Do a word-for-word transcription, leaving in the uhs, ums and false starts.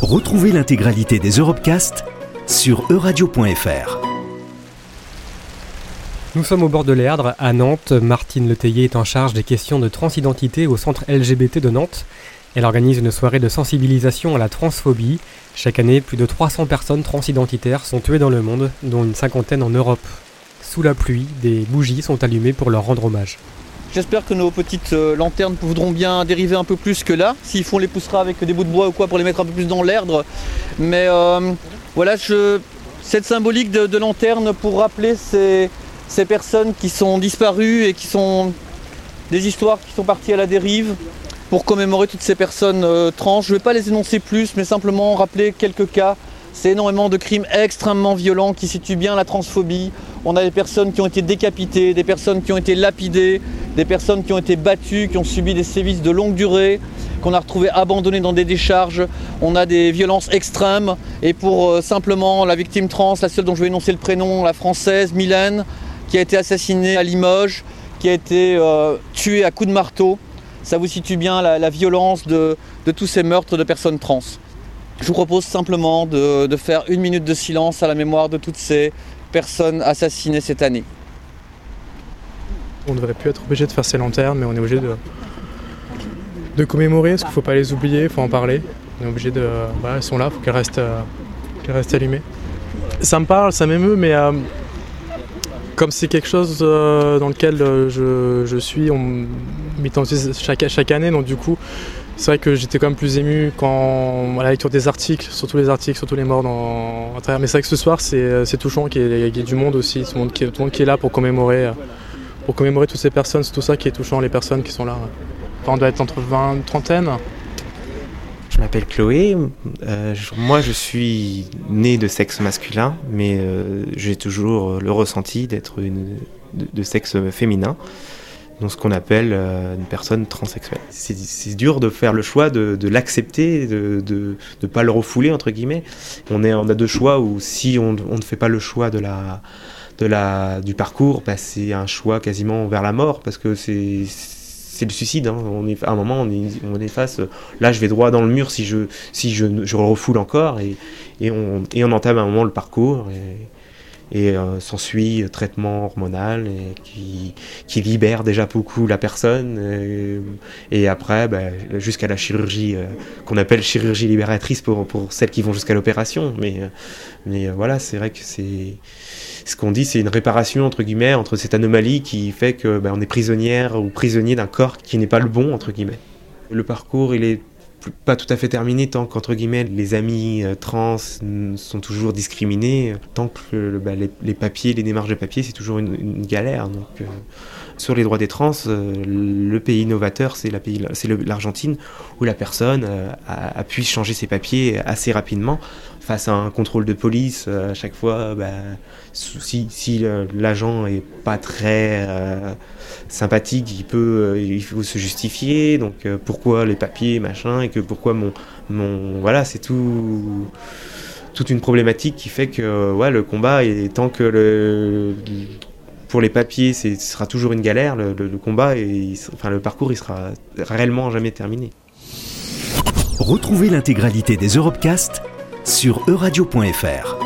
Retrouvez l'intégralité des Europecast sur euradio point f r. Nous sommes au bord de l'Erdre, à Nantes. Martine Letellier est en charge des questions de transidentité au centre L G B T de Nantes. Elle organise une soirée de sensibilisation à la transphobie. Chaque année, plus de trois cents personnes transidentitaires sont tuées dans le monde, dont une cinquantaine en Europe. Sous la pluie, des bougies sont allumées pour leur rendre hommage. J'espère que nos petites euh, lanternes voudront bien dériver un peu plus que là. S'il faut, on les poussera avec des bouts de bois ou quoi pour les mettre un peu plus dans l'Erdre. Mais euh, voilà, je, cette symbolique de, de lanterne pour rappeler ces, ces personnes qui sont disparues et qui sont des histoires qui sont parties à la dérive, pour commémorer toutes ces personnes euh, trans. Je ne vais pas les énoncer plus, mais simplement rappeler quelques cas. C'est énormément de crimes extrêmement violents qui situent bien la transphobie. On a des personnes qui ont été décapitées, des personnes qui ont été lapidées, des personnes qui ont été battues, qui ont subi des sévices de longue durée, qu'on a retrouvées abandonnées dans des décharges. On a des violences extrêmes. Et pour euh, simplement la victime trans, la seule dont je vais énoncer le prénom, la française Mylène, qui a été assassinée à Limoges, qui a été euh, tuée à coups de marteau. Ça vous situe bien la, la violence de, de tous ces meurtres de personnes trans. Je vous propose simplement de, de faire une minute de silence à la mémoire de toutes ces personnes assassinées cette année. On ne devrait plus être obligé de faire ces lanternes, mais on est obligé de, de commémorer, parce qu'il ne faut pas les oublier, il faut en parler. On est obligé de... Voilà, elles sont là, il faut qu'elles restent, euh, qu'elles restent allumées. Ça me parle, ça m'émeut, mais euh, comme c'est quelque chose euh, dans lequel euh, je, je suis, on m'identifie chaque, chaque année, donc du coup, c'est vrai que j'étais quand même plus ému quand, à la lecture des articles, surtout les articles, surtout les morts dans, à travers. Mais c'est vrai que ce soir, c'est, c'est touchant qu'il y, ait, qu'il y ait du monde aussi, tout le monde, qui, tout le monde qui est là pour commémorer, pour commémorer toutes ces personnes. C'est tout ça qui est touchant, les personnes qui sont là. Enfin, on doit être entre vingt et trentaine. Je m'appelle Chloé. Euh, je, moi, je suis né de sexe masculin, mais euh, j'ai toujours le ressenti d'être une, de, de sexe féminin. Donc ce qu'on appelle euh, une personne transsexuelle. C'est, c'est dur de faire le choix de, de l'accepter, de de de pas le refouler entre guillemets. On est on a deux choix où si on on ne fait pas le choix de la de la du parcours, bah, c'est un choix quasiment vers la mort parce que c'est c'est le suicide. Hein. On est à un moment on est on est face. Là je vais droit dans le mur si je si je je le refoule encore et et on et on entame à un moment le parcours et Et euh, s'ensuit traitement hormonal et qui, qui libère déjà beaucoup la personne. Et, et après, bah, jusqu'à la chirurgie, euh, qu'on appelle chirurgie libératrice pour, pour celles qui vont jusqu'à l'opération. Mais, mais euh, voilà, c'est vrai que c'est ce qu'on dit, c'est une réparation, entre guillemets, entre cette anomalie qui fait que bah, on est prisonnière ou prisonnier d'un corps qui n'est pas le bon, entre guillemets. Le parcours, il est pas tout à fait terminé tant qu'entre guillemets les amis euh, trans sont toujours discriminés, tant que euh, bah, les, les papiers, les démarches de papier c'est toujours une, une galère. Donc euh, sur les droits des trans, euh, le pays innovateur c'est, la pays, c'est le, l'Argentine où la personne euh, a, a pu changer ses papiers assez rapidement face à un contrôle de police. Euh, à chaque fois, bah, si, si euh, l'agent est pas très euh, sympathique, il peut, euh, il faut se justifier. Donc euh, pourquoi les papiers, machin, et que pourquoi mon, mon, voilà, c'est tout, toute une problématique qui fait que, euh, ouais, le combat est tant que le, pour les papiers, c'est, ce sera toujours une galère. Le, le, le combat, et, enfin le parcours, il sera réellement jamais terminé. Retrouvez l'intégralité des Europecast sur euradio point f r.